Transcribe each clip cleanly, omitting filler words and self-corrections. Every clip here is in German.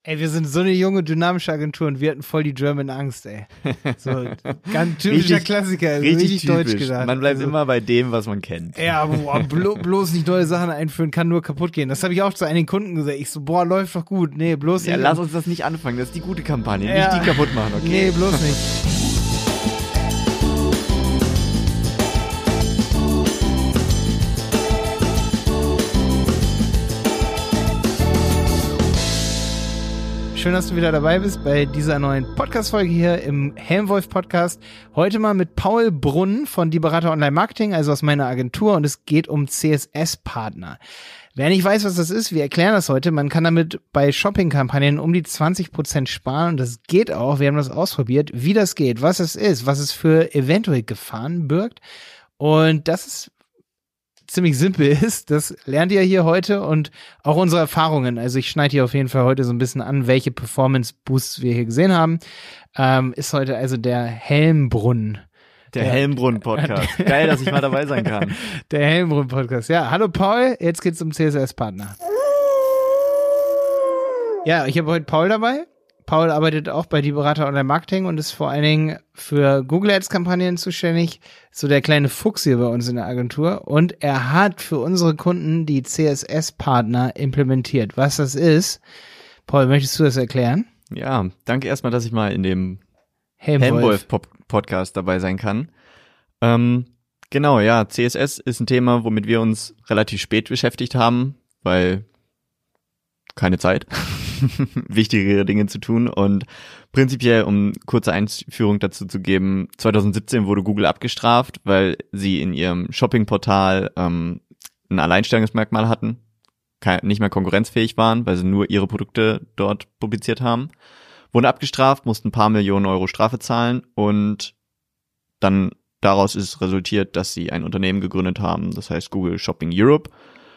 Ey, wir sind so eine junge, dynamische Agentur und wir hatten voll die German Angst, ey. So, ganz typischer Klassiker, richtig deutsch gedacht. Man bleibt immer bei dem, was man kennt. Ja, boah, bloß nicht neue Sachen einführen, kann nur kaputt gehen. Das habe ich auch zu einigen Kunden gesagt. Ich so, boah, läuft doch gut. Nee, bloß nicht. Ja, lass uns das nicht anfangen, das ist die gute Kampagne, nicht die kaputt machen, okay? Nee, bloß nicht. Schön, dass du wieder dabei bist bei dieser neuen Podcast-Folge hier im Helmwolf-Podcast. Heute mal mit Paul Brunn von Die Berater Online Marketing, also aus meiner Agentur, und es geht um CSS-Partner. Wer nicht weiß, was das ist, wir erklären das heute. Man kann damit bei Shopping-Kampagnen um die 20% sparen und das geht auch. Wir haben das ausprobiert, wie das geht, was es ist, was es für eventuell Gefahren birgt. Und das ist ziemlich simpel ist, das lernt ihr hier heute und auch unsere Erfahrungen. Also ich schneide hier auf jeden Fall heute so ein bisschen an, welche Performance-Boosts wir hier gesehen haben. Ist heute also der Helmbrunn. Der Helmbrunn-Podcast. Geil, dass ich mal dabei sein kann. Der Helmbrunn-Podcast. Ja, hallo Paul, jetzt geht's um CSS-Partner. Ja, ich habe heute Paul dabei. Paul arbeitet auch bei Die Berater Online Marketing und ist vor allen Dingen für Google Ads Kampagnen zuständig. So der kleine Fuchs hier bei uns in der Agentur. Und er hat für unsere Kunden die CSS-Partner implementiert. Was das ist, Paul, möchtest du das erklären? Ja, danke erstmal, dass ich mal in dem Helmwolf-Podcast dabei sein kann. Genau, ja, CSS ist ein Thema, womit wir uns relativ spät beschäftigt haben, weil keine Zeit. Wichtigere Dinge zu tun und prinzipiell, um kurze Einführung dazu zu geben, 2017 wurde Google abgestraft, weil sie in ihrem Shopping-Portal ein Alleinstellungsmerkmal hatten, nicht mehr konkurrenzfähig waren, weil sie nur ihre Produkte dort publiziert haben, wurden abgestraft, mussten ein paar Millionen Euro Strafe zahlen und dann daraus ist resultiert, dass sie ein Unternehmen gegründet haben, das heißt Google Shopping Europe,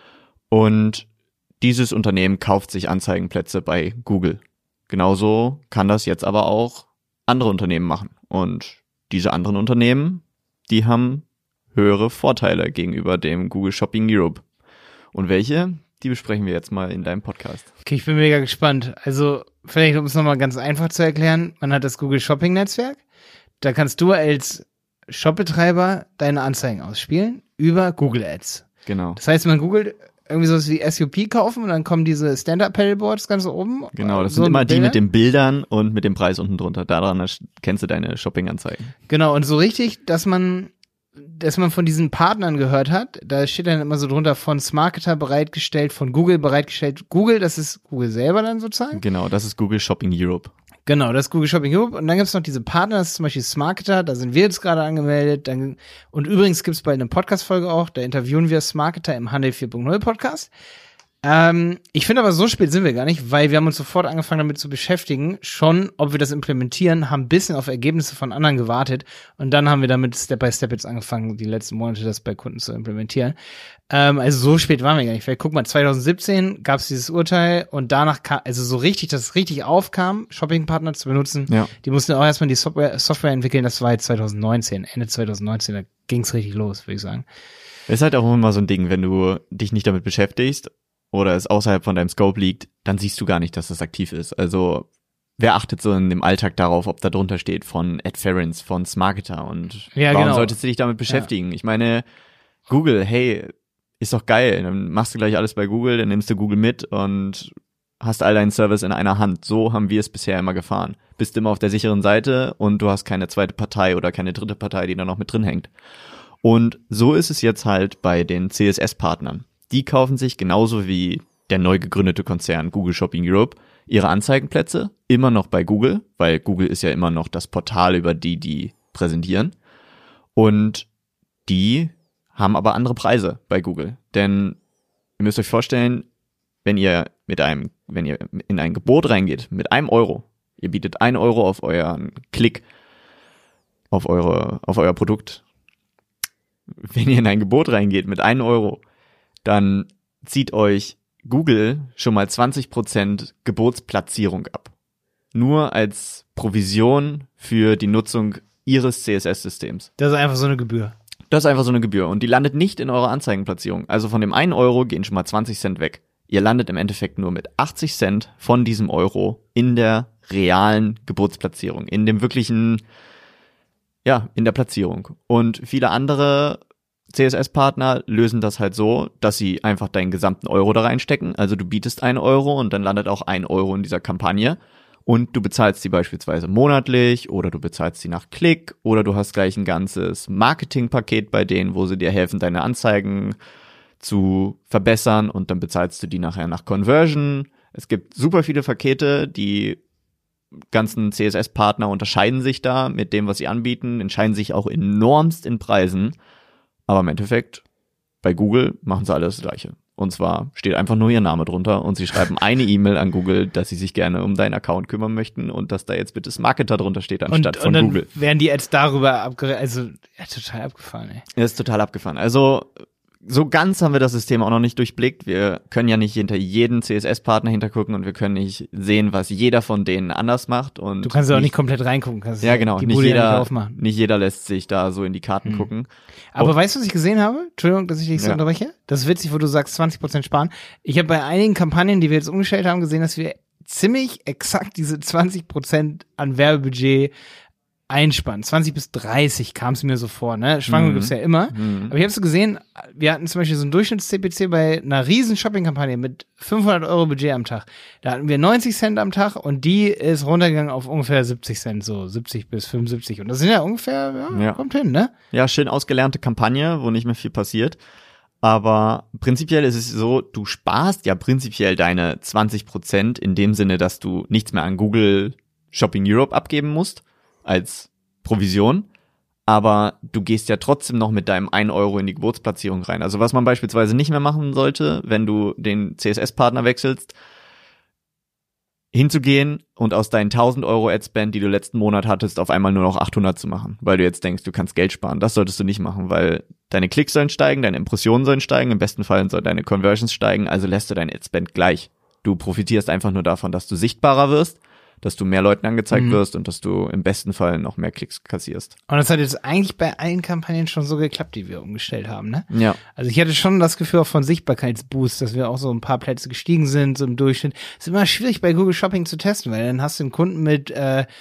und dieses Unternehmen kauft sich Anzeigenplätze bei Google. Genauso kann das jetzt aber auch andere Unternehmen machen. Und diese anderen Unternehmen, die haben höhere Vorteile gegenüber dem Google Shopping Europe. Und welche? Die besprechen wir jetzt mal in deinem Podcast. Okay, ich bin mega gespannt. Also vielleicht, um es nochmal ganz einfach zu erklären, man hat das Google Shopping Netzwerk. Da kannst du als Shopbetreiber deine Anzeigen ausspielen über Google Ads. Genau. Das heißt, man googelt irgendwie sowas wie SUP kaufen und dann kommen diese Stand-Up-Paddleboards ganz oben. Genau, das sind immer die mit den Bildern und mit dem Preis unten drunter. Daran kennst du deine Shopping-Anzeigen. Genau, und so richtig, dass man von diesen Partnern gehört hat, da steht dann immer so drunter von Smarketer bereitgestellt, von Google bereitgestellt. Google, das ist Google selber dann sozusagen? Genau, das ist Google Shopping Europe. Genau, das ist Google Shopping Europe. Und dann gibt's noch diese Partner, das ist zum Beispiel Smarketer, da sind wir jetzt gerade angemeldet. Und übrigens gibt's bald eine Podcast-Folge auch, da interviewen wir Smarketer im Handel 4.0 Podcast. Ich finde aber, so spät sind wir gar nicht, weil wir haben uns sofort angefangen damit zu beschäftigen, schon, ob wir das implementieren, haben ein bisschen auf Ergebnisse von anderen gewartet und dann haben wir damit Step by Step jetzt angefangen, die letzten Monate das bei Kunden zu implementieren. Also so spät waren wir gar nicht. Weil guck mal, 2017 gab es dieses Urteil und danach kam, also so richtig, dass es richtig aufkam, Shoppingpartner zu benutzen, ja. Die mussten auch erstmal die Software entwickeln, das war jetzt 2019, Ende 2019, da ging's richtig los, würde ich sagen. Es ist halt auch immer so ein Ding, wenn du dich nicht damit beschäftigst oder es außerhalb von deinem Scope liegt, dann siehst du gar nicht, dass das aktiv ist. Also wer achtet so in dem Alltag darauf, ob da drunter steht von Adference, von Smarketer und ja, warum solltest du dich damit beschäftigen? Ja. Ich meine, Google, hey, ist doch geil, dann machst du gleich alles bei Google, dann nimmst du Google mit und hast all deinen Service in einer Hand. So haben wir es bisher immer gefahren. Bist immer auf der sicheren Seite und du hast keine zweite Partei oder keine dritte Partei, die da noch mit drin hängt. Und so ist es jetzt halt bei den CSS-Partnern. Die kaufen sich genauso wie der neu gegründete Konzern Google Shopping Europe ihre Anzeigenplätze immer noch bei Google, weil Google ist ja immer noch das Portal, über die präsentieren. Und die haben aber andere Preise bei Google. Denn ihr müsst euch vorstellen, wenn ihr in ein Gebot reingeht mit €1, ihr bietet €1 auf euren Klick, auf euer Produkt. Wenn ihr in ein Gebot reingeht mit €1, dann zieht euch Google schon mal 20% Gebotsplatzierung ab. Nur als Provision für die Nutzung ihres CSS-Systems. Das ist einfach so eine Gebühr. Das ist einfach so eine Gebühr und die landet nicht in eurer Anzeigenplatzierung. Also von dem €1 gehen schon mal 20 Cent weg. ihr landet im Endeffekt nur mit 80 Cent von diesem Euro in der realen Geburtsplatzierung, in dem wirklichen, ja, in der Platzierung. Und viele andere CSS-Partner lösen das halt so, dass sie einfach deinen gesamten Euro da reinstecken. Also du bietest 1 Euro und dann landet auch 1 Euro in dieser Kampagne. Und du bezahlst sie beispielsweise monatlich oder du bezahlst sie nach Klick oder du hast gleich ein ganzes Marketingpaket bei denen, wo sie dir helfen, deine Anzeigen zu verbessern und dann bezahlst du die nachher nach Conversion. Es gibt super viele Pakete, die ganzen CSS-Partner unterscheiden sich da mit dem, was sie anbieten, entscheiden sich auch enormst in Preisen. Aber im Endeffekt, bei Google machen sie alles das Gleiche. Und zwar steht einfach nur ihr Name drunter und sie schreiben eine E-Mail an Google, dass sie sich gerne um deinen Account kümmern möchten und dass da jetzt bitte das Marketer drunter steht anstatt von Google. Und dann werden die Ads darüber abgerechnet, also ja, total abgefahren, ey. Das ist total abgefahren. Also so ganz haben wir das System auch noch nicht durchblickt. Wir können ja nicht hinter jeden CSS-Partner hintergucken und wir können nicht sehen, was jeder von denen anders macht. Und du kannst ja auch nicht komplett reingucken. Kannst ja, genau. Die Nicht Bude jeder, nicht aufmachen. nicht jeder lässt sich da so in die Karten gucken. Aber weißt du, was ich gesehen habe? Entschuldigung, dass ich dich so unterbreche. Das ist witzig, wo du sagst 20% sparen. Ich habe bei einigen Kampagnen, die wir jetzt umgestellt haben, gesehen, dass wir ziemlich exakt diese 20% an Werbebudget einsparen. 20 bis 30 kam es mir so vor, ne? Schwankungen gibt's ja immer. Aber ich habe so gesehen, wir hatten zum Beispiel so einen Durchschnitts-CPC bei einer riesen Shopping-Kampagne mit 500 Euro Budget am Tag. Da hatten wir 90 Cent am Tag und die ist runtergegangen auf ungefähr 70 Cent, so 70 bis 75. Und das sind ja ungefähr, ja. Kommt hin, ne? Ja, schön ausgelernte Kampagne, wo nicht mehr viel passiert. Aber prinzipiell ist es so, du sparst ja prinzipiell deine 20% in dem Sinne, dass du nichts mehr an Google Shopping Europe abgeben musst als Provision, aber du gehst ja trotzdem noch mit deinem 1 Euro in die Geburtsplatzierung rein. Also was man beispielsweise nicht mehr machen sollte, wenn du den CSS-Partner wechselst, hinzugehen und aus deinen 1000 Euro Adspend, die du letzten Monat hattest, auf einmal nur noch 800 zu machen, weil du jetzt denkst, du kannst Geld sparen. Das solltest du nicht machen, weil deine Klicks sollen steigen, deine Impressionen sollen steigen, im besten Fall sollen deine Conversions steigen, also lässt du deinen Adspend gleich. Du profitierst einfach nur davon, dass du sichtbarer wirst, dass du mehr Leuten angezeigt wirst und dass du im besten Fall noch mehr Klicks kassierst. Und das hat jetzt eigentlich bei allen Kampagnen schon so geklappt, die wir umgestellt haben, ne? Ja. Also ich hatte schon das Gefühl auch von Sichtbarkeitsboost, dass wir auch so ein paar Plätze gestiegen sind, so im Durchschnitt. Es ist immer schwierig bei Google Shopping zu testen, weil dann hast du einen Kunden mit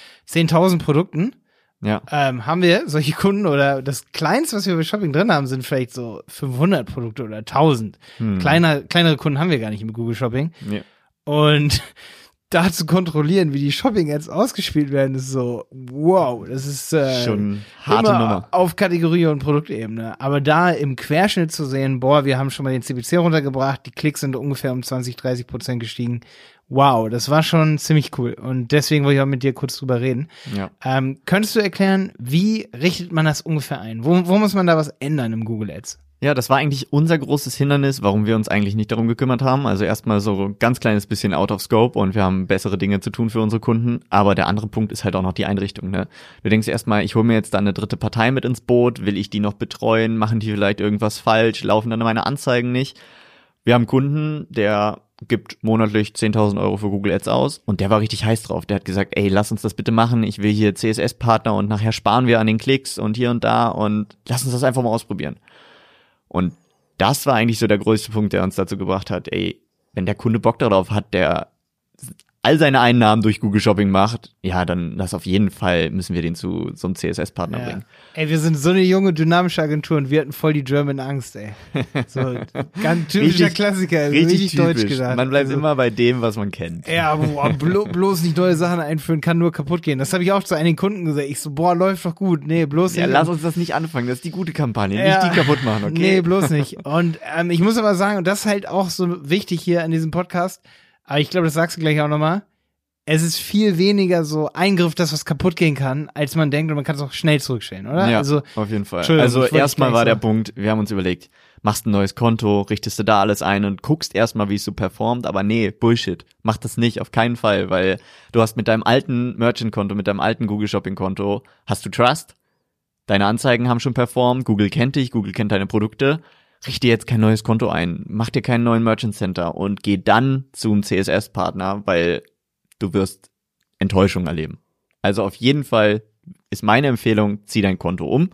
10.000 Produkten. Ja. Haben wir solche Kunden oder das Kleinste, was wir bei Shopping drin haben, sind vielleicht so 500 Produkte oder 1.000. Kleinere Kunden haben wir gar nicht im Google Shopping. Ja. Und da zu kontrollieren, wie die Shopping-Ads ausgespielt werden, ist so, wow, das ist schon harte Nummer. Auf Kategorie- und Produktebene. Aber da im Querschnitt zu sehen, boah, wir haben schon mal den CPC runtergebracht, die Klicks sind ungefähr um 20-30% gestiegen. Wow, das war schon ziemlich cool. Und deswegen wollte ich auch mit dir kurz drüber reden. Ja. Könntest du erklären, wie richtet man das ungefähr ein? Wo muss man da was ändern im Google Ads? Ja, das war eigentlich unser großes Hindernis, warum wir uns eigentlich nicht darum gekümmert haben. Also erstmal so ein ganz kleines bisschen out of scope und wir haben bessere Dinge zu tun für unsere Kunden. Aber der andere Punkt ist halt auch noch die Einrichtung, ne? Du denkst erstmal, ich hole mir jetzt da eine dritte Partei mit ins Boot, will ich die noch betreuen, machen die vielleicht irgendwas falsch, laufen dann meine Anzeigen nicht? Wir haben einen Kunden, der gibt monatlich 10.000 Euro für Google Ads aus und der war richtig heiß drauf. Der hat gesagt, ey, lass uns das bitte machen, ich will hier CSS-Partner und nachher sparen wir an den Klicks und hier und da und lass uns das einfach mal ausprobieren. Und das war eigentlich so der größte Punkt, der uns dazu gebracht hat, ey, wenn der Kunde Bock darauf hat, der all seine Einnahmen durch Google Shopping macht, ja, dann das auf jeden Fall müssen wir den zu so einem CSS-Partner bringen. Ey, wir sind so eine junge, dynamische Agentur und wir hatten voll die German Angst, ey. So, ganz typischer Richtig, Klassiker, richtig deutsch typisch. gedacht. Man bleibt immer bei dem, was man kennt. Ja, boah, bloß nicht neue Sachen einführen, kann nur kaputt gehen. Das habe ich auch zu einigen Kunden gesagt. Ich so, boah, läuft doch gut. Nee, bloß nicht. Ja, lass uns das nicht anfangen. Das ist die gute Kampagne, nicht die kaputt machen, okay? Nee, bloß nicht. Und ich muss aber sagen, und das ist halt auch so wichtig hier an diesem Podcast, aber ich glaube, das sagst du gleich auch nochmal, es ist viel weniger so Eingriff, das was kaputt gehen kann, als man denkt und man kann es auch schnell zurückstellen, oder? Ja, also, auf jeden Fall. Also erstmal war der Punkt, wir haben uns überlegt, machst ein neues Konto, richtest du da alles ein und guckst erstmal, wie es so performt, aber nee, Bullshit. Mach das nicht, auf keinen Fall, weil du hast mit deinem alten Merchant-Konto, mit deinem alten Google Shopping-Konto, hast du Trust, deine Anzeigen haben schon performt, Google kennt dich, Google kennt deine Produkte, richte jetzt kein neues Konto ein, mach dir keinen neuen Merchant Center und geh dann zum CSS-Partner, weil du wirst Enttäuschung erleben. Also auf jeden Fall ist meine Empfehlung, zieh dein Konto um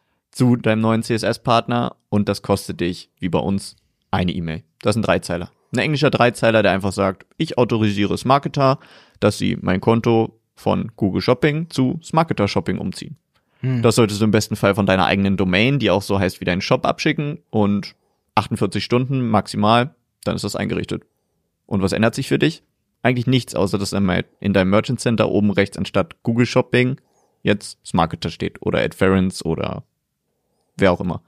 zu deinem neuen CSS-Partner und das kostet dich, wie bei uns, eine E-Mail. Das sind 3 Zeiler. Ein englischer Dreizeiler, der einfach sagt, ich autorisiere Smarketer, dass sie mein Konto von Google Shopping zu Smarketer Shopping umziehen. Das solltest du im besten Fall von deiner eigenen Domain, die auch so heißt wie dein Shop, abschicken und 48 Stunden maximal, dann ist das eingerichtet. Und was ändert sich für dich? Eigentlich nichts, außer dass in deinem Merchant Center oben rechts anstatt Google Shopping jetzt Smarketer steht oder Adference oder wer auch immer.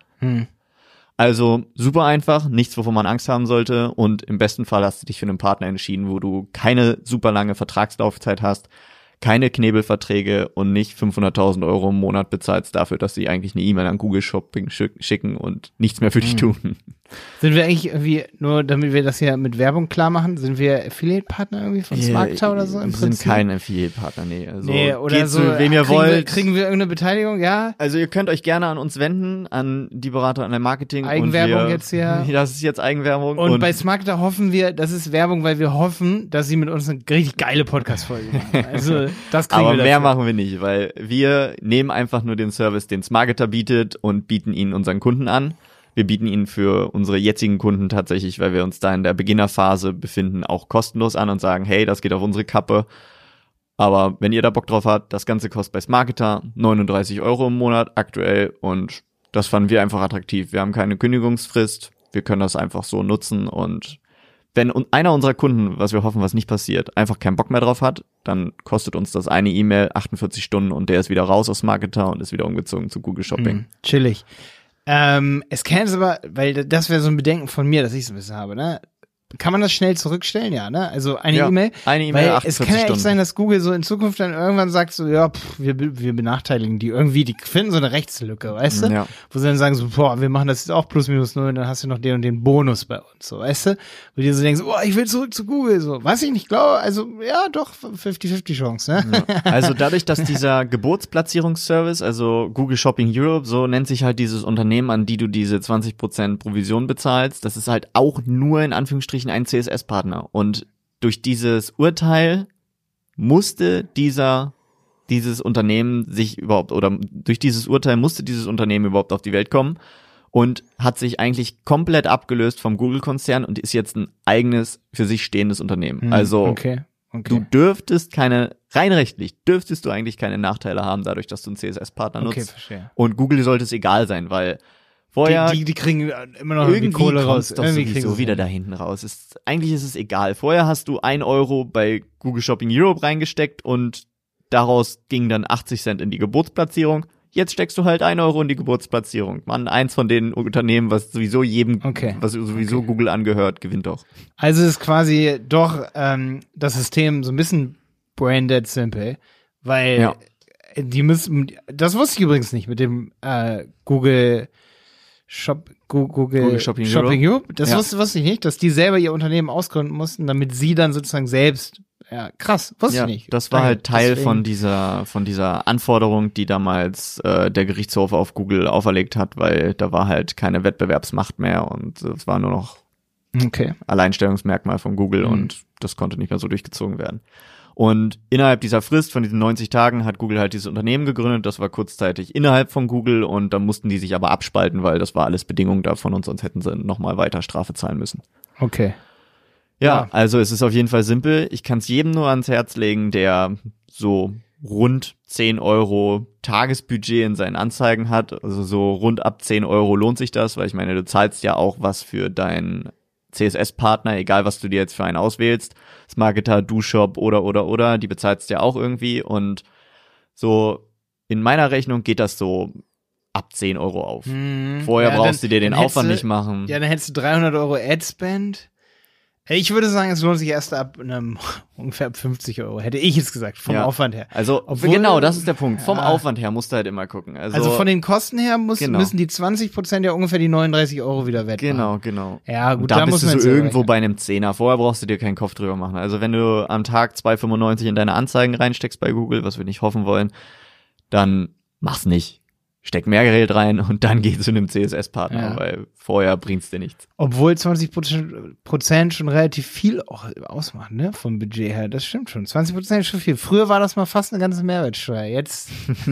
Also super einfach, nichts, wovon man Angst haben sollte und im besten Fall hast du dich für einen Partner entschieden, wo du keine super lange Vertragslaufzeit hast, keine Knebelverträge und nicht 500.000 Euro im Monat bezahlst dafür, dass sie eigentlich eine E-Mail an Google Shopping schicken und nichts mehr für dich tun. Sind wir eigentlich irgendwie, nur damit wir das hier mit Werbung klar machen, sind wir Affiliate-Partner irgendwie von Smarketer oder so im Prinzip? Wir sind kein Affiliate-Partner, nee. Also oder geht so, zu wem ihr wollt. Kriegen wir irgendeine Beteiligung, ja? Also ihr könnt euch gerne an uns wenden, an die Berater an der Marketing. Eigenwerbung jetzt hier. Das ist jetzt Eigenwerbung. Und bei Smarketer hoffen wir, das ist Werbung, weil wir hoffen, dass sie mit uns eine richtig geile Podcast-Folge machen. Also das kriegen aber wir mehr machen wir nicht, weil wir nehmen einfach nur den Service, den Smarketer bietet und bieten ihn unseren Kunden an. Wir bieten ihn für unsere jetzigen Kunden tatsächlich, weil wir uns da in der Beginnerphase befinden, auch kostenlos an und sagen, hey, das geht auf unsere Kappe. Aber wenn ihr da Bock drauf habt, das Ganze kostet bei Smarketer 39 Euro im Monat aktuell und das fanden wir einfach attraktiv. Wir haben keine Kündigungsfrist, wir können das einfach so nutzen und wenn einer unserer Kunden, was wir hoffen, was nicht passiert, einfach keinen Bock mehr drauf hat, dann kostet uns das eine E-Mail 48 Stunden und der ist wieder raus aus Smarketer und ist wieder umgezogen zu Google Shopping. Chillig. Es kann jetzt aber, weil das wäre so ein Bedenken von mir, dass ich es ein bisschen habe, ne? Kann man das schnell zurückstellen? Ja, ne? Also eine E-Mail. Eine E-Mail, 48 es kann ja echt Stunden. sein, dass Google so in Zukunft dann irgendwann sagt so, ja, wir benachteiligen die irgendwie, die finden so eine Rechtslücke, weißt du? Ja. Wo sie dann sagen so, boah, wir machen das jetzt auch plus minus null und dann hast du noch den und den Bonus bei uns, so, weißt du? Wo du so denkst, oh, ich will zurück zu Google, so. Was ich nicht glaube, also, ja, doch, 50-50 Chance, ne? Ja. Also dadurch, dass dieser Geburtsplatzierungsservice, also Google Shopping Europe, so nennt sich halt dieses Unternehmen, an die du diese 20% Provision bezahlst, das ist halt auch nur in Anführungsstrichen ein CSS-Partner. Und durch dieses Urteil musste dieses Unternehmen sich überhaupt, oder durch dieses Urteil musste dieses Unternehmen überhaupt auf die Welt kommen und hat sich eigentlich komplett abgelöst vom Google-Konzern und ist jetzt ein eigenes, für sich stehendes Unternehmen. Also Okay. du rein rechtlich dürftest du eigentlich keine Nachteile haben, dadurch, dass du einen CSS-Partner nutzt. Okay, verstehe. Und Google sollte es egal sein, weil vorher Die kriegen immer noch irgendwie Kohle raus. Doch Irgendwie sowieso kriegen sie wieder da hinten raus. Eigentlich ist es egal. Vorher hast du 1 Euro bei Google Shopping Europe reingesteckt und daraus ging dann 80 Cent in die Geburtsplatzierung. Jetzt steckst du halt 1 Euro in die Geburtsplatzierung. Mann, eins von den Unternehmen, was sowieso Google angehört, gewinnt doch. Also ist quasi doch das System so ein bisschen branded simple, weil die müssen, das wusste ich übrigens nicht mit dem Google Shopping Europe. Das wusste ich nicht, dass die selber ihr Unternehmen ausgründen mussten, damit sie dann sozusagen selbst, krass, wusste ich nicht. Das war halt Teil von dieser Anforderung, die damals der Gerichtshof auf Google auferlegt hat, weil da war halt keine Wettbewerbsmacht mehr und es war nur noch Alleinstellungsmerkmal von Google und das konnte nicht mehr so durchgezogen werden. Und innerhalb dieser Frist von diesen 90 Tagen hat Google halt dieses Unternehmen gegründet. Das war kurzzeitig innerhalb von Google und dann mussten die sich aber abspalten, weil das war alles Bedingung davon und sonst hätten sie nochmal weiter Strafe zahlen müssen. Okay. Ja, also es ist auf jeden Fall simpel. Ich kann es jedem nur ans Herz legen, der so rund 10 Euro Tagesbudget in seinen Anzeigen hat. Also so rund ab 10 Euro lohnt sich das, weil ich meine, du zahlst ja auch was für deinen CSS-Partner, egal was du dir jetzt für einen auswählst, Smarketer, DoShop oder, die bezahlst du ja auch irgendwie und so in meiner Rechnung geht das so ab 10 Euro auf. Vorher brauchst du dir den Aufwand nicht machen. Ja, dann hättest du 300 Euro Ad-Spend. Ich würde sagen, es lohnt sich erst ab ungefähr ab 50 Euro, hätte ich jetzt gesagt, vom Aufwand her. Also, genau, das ist der Punkt. Vom Aufwand her musst du halt immer gucken. Also von den Kosten her müssen die 20% ja ungefähr die 39 Euro wieder wettmachen. Genau. Ja, gut, da muss bist man du so irgendwo bei einem Zehner. Vorher brauchst du dir keinen Kopf drüber machen. Also, wenn du am Tag 2,95 in deine Anzeigen reinsteckst bei Google, was wir nicht hoffen wollen, dann mach's nicht. steck mehr Geld rein und dann geh zu einem CSS-Partner, Ja. weil vorher bringt's dir nichts. Obwohl 20% schon relativ viel auch ausmacht, ne, vom Budget her. Das stimmt schon. 20% ist schon viel. Früher war das mal fast eine ganze Mehrwertsteuer. Jetzt Jetzt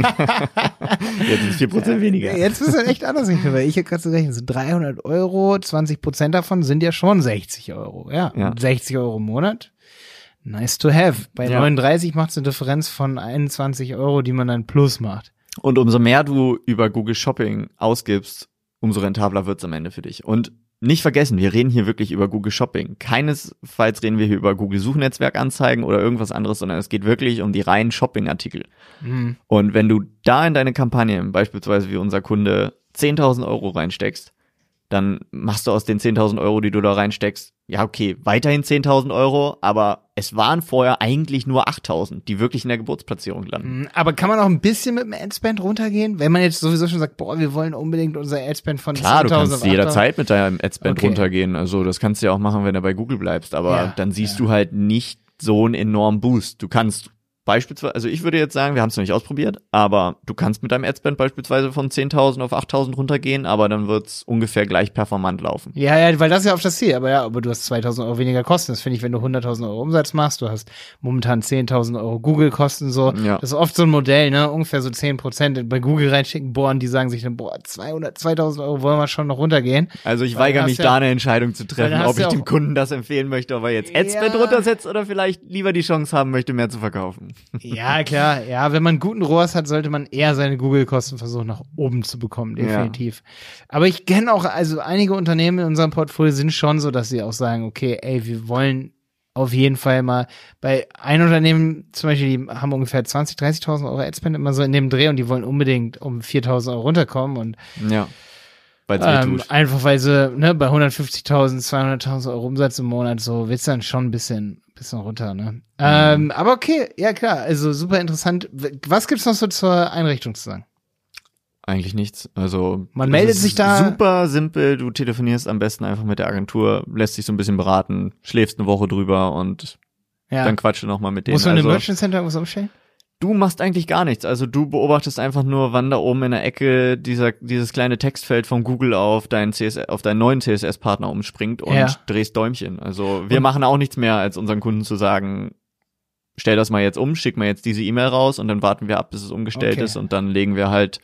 sind 4% weniger. Jetzt ist es echt anders, weil ich habe gerade so gerechnet, so 300 Euro, 20% davon sind ja schon 60 Euro. Ja, Ja. Und 60 Euro im Monat. Nice to have. Bei Ja. 39 macht es eine Differenz von 21 Euro, die man dann plus macht. Und umso mehr du über Google Shopping ausgibst, umso rentabler wird's am Ende für dich. Und nicht vergessen, wir reden hier wirklich über Google Shopping. Keinesfalls reden wir hier über Google Suchnetzwerkanzeigen oder irgendwas anderes, sondern es geht wirklich um die reinen Shopping-Artikel. Mhm. Und wenn du da in deine Kampagne, beispielsweise wie unser Kunde, 10.000 Euro reinsteckst, dann machst du aus den 10.000 Euro, die du da reinsteckst, ja okay, weiterhin 10.000 Euro, aber es waren vorher eigentlich nur 8.000, die wirklich in der Geburtsplatzierung landen. Aber kann man auch ein bisschen mit dem Adspend runtergehen? Wenn man jetzt sowieso schon sagt, boah, wir wollen unbedingt unser Adspend von 10.000 Klar, du auf kannst 8.000. jederzeit mit deinem Adspend Okay. runtergehen. Also das kannst du ja auch machen, wenn du bei Google bleibst. Aber Ja, dann siehst ja. du halt nicht so einen enormen Boost. Du kannst beispielsweise, also ich würde jetzt sagen, wir haben es noch nicht ausprobiert, aber du kannst mit deinem Adspend beispielsweise von 10.000 auf 8.000 runtergehen, aber dann wird's ungefähr gleich performant laufen. Ja, weil das ist ja oft das Ziel. Aber du hast 2.000 Euro weniger Kosten. Das finde ich, wenn du 100.000 Euro Umsatz machst, du hast momentan 10.000 Euro Google-Kosten so. Ja. Das ist oft so ein Modell, ne? Ungefähr so 10% bei Google reinschicken, boah, und die sagen sich dann, boah, 2.000 Euro wollen wir schon noch runtergehen. Also ich Weil weigere dann mich hast du da ja- eine Entscheidung zu weil treffen, dann hast ob du ich ja dem auch- Kunden das empfehlen möchte, ob er jetzt Adspend Ja. runtersetzt oder vielleicht lieber die Chance haben möchte, mehr zu verkaufen. Ja, klar. Ja, wenn man guten ROAS hat, sollte man eher seine Google-Kosten versuchen, nach oben zu bekommen, definitiv. Aber ich kenne auch, also einige Unternehmen in unserem Portfolio sind schon so, dass sie auch sagen, okay, ey, wir wollen auf jeden Fall mal, bei einem Unternehmen zum Beispiel, die haben ungefähr 20.000, 30.000 Euro Adspend immer so in dem Dreh und die wollen unbedingt um 4.000 Euro runterkommen und Ja, weil es weh tut. einfach weil sie, ne, bei 150.000, 200.000 Euro Umsatz im Monat, so wird's dann schon ein bisschen runter, ne? Aber okay, ja klar, also super interessant. Was gibt's noch so zur Einrichtung zu sagen? Eigentlich nichts. Also Man es meldet ist sich da- super simpel. Du telefonierst am besten einfach mit der Agentur, lässt dich so ein bisschen beraten, schläfst eine Woche drüber und Ja. dann quatsche noch mal mit denen. Muss man im Also, Merchant Center irgendwas umstellen? du machst eigentlich gar nichts. Also du beobachtest einfach nur, wann da oben in der Ecke dieses kleine Textfeld von Google auf deinen neuen CSS-Partner umspringt und Ja. drehst Däumchen. Also wir machen auch nichts mehr, als unseren Kunden zu sagen, stell das mal jetzt um, schick mal jetzt diese E-Mail raus und dann warten wir ab, bis es umgestellt Okay. ist und dann legen wir halt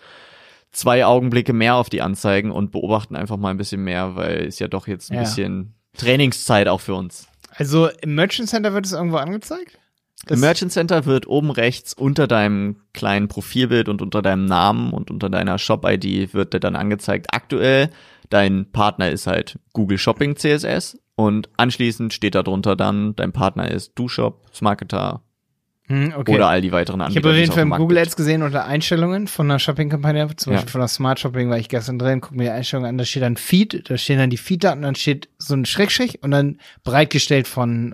2 Augenblicke mehr auf die Anzeigen und beobachten einfach mal ein bisschen mehr, weil ist ja doch jetzt ein Ja. bisschen Trainingszeit auch für uns. Also im Merchant Center wird es irgendwo angezeigt? Im Merchant Center wird oben rechts unter deinem kleinen Profilbild und unter deinem Namen und unter deiner Shop-ID wird dir dann angezeigt, aktuell dein Partner ist halt Google Shopping CSS und anschließend steht da drunter dann, dein Partner ist DoShop, Smarketer Okay. oder all die weiteren Ich Anbieter. habe auf die jeden es Fall dem im Markt Google gibt. Ads gesehen unter Einstellungen von einer Shopping-Kampagne, zum Ja. Beispiel von der Smart Shopping war ich gestern drin, guck mir die Einstellungen an, da steht dann Feed, da stehen dann die Feed-Daten, dann steht so ein Schrägstrich und dann bereitgestellt von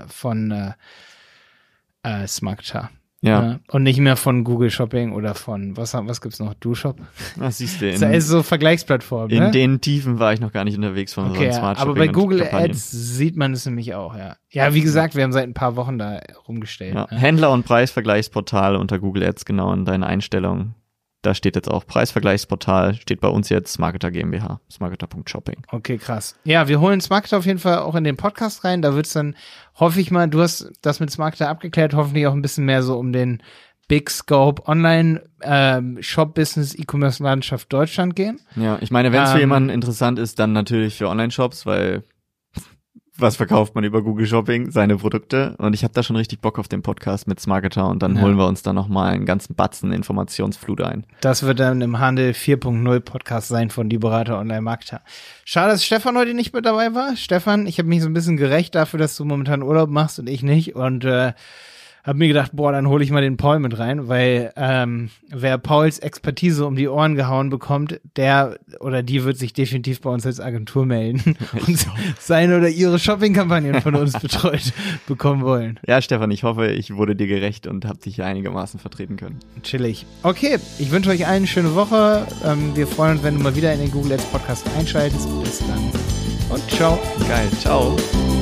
Smarketer. Ja, Und nicht mehr von Google Shopping oder von, was gibt's noch, DoShop? das siehst du. Das ist so Vergleichsplattform, In ne? den Tiefen war ich noch gar nicht unterwegs von Okay, so Smart aber Shopping bei Google und Kampagnen. Ads sieht man es nämlich auch, ja. Ja, wie gesagt, wir haben seit ein paar Wochen da rumgestellt. Ja. Ne? Händler- und Preisvergleichsportal unter Google Ads, genau in deinen Einstellungen. Da steht jetzt auch Preisvergleichsportal, steht bei uns jetzt Smarketer GmbH, smarketer.shopping. Okay, krass. Ja, wir holen Smarketer auf jeden Fall auch in den Podcast rein. Da wird's dann, hoffe ich mal, du hast das mit Smarketer abgeklärt, hoffentlich auch ein bisschen mehr so um den Big Scope Online Shop-Business E-Commerce-Landschaft Deutschland gehen. Ja, ich meine, wenn es für Ähm, jemanden interessant ist, dann natürlich für Online-Shops, weil was verkauft man über Google Shopping? Seine Produkte. Und ich habe da schon richtig Bock auf den Podcast mit Smarketer und dann Ja. holen wir uns da nochmal einen ganzen Batzen Informationsflut ein. Das wird dann im Handel 4.0 Podcast sein von Die Berater Online-Marketer. Schade, dass Stefan heute nicht mit dabei war. Stefan, ich habe mich so ein bisschen gerecht dafür, dass du momentan Urlaub machst und ich nicht. Und habe mir gedacht, boah, dann hole ich mal den Paul mit rein, weil wer Pauls Expertise um die Ohren gehauen bekommt, der oder die wird sich definitiv bei uns als Agentur melden und seine oder ihre Shopping-Kampagnen von uns betreut bekommen wollen. Ja, Stefan, ich hoffe, ich wurde dir gerecht und habe dich hier einigermaßen vertreten können. Chillig. Okay, ich wünsche euch allen eine schöne Woche. Wir freuen uns, wenn du mal wieder in den Google Ads Podcast einschaltest. Bis dann und ciao. Geil, ciao.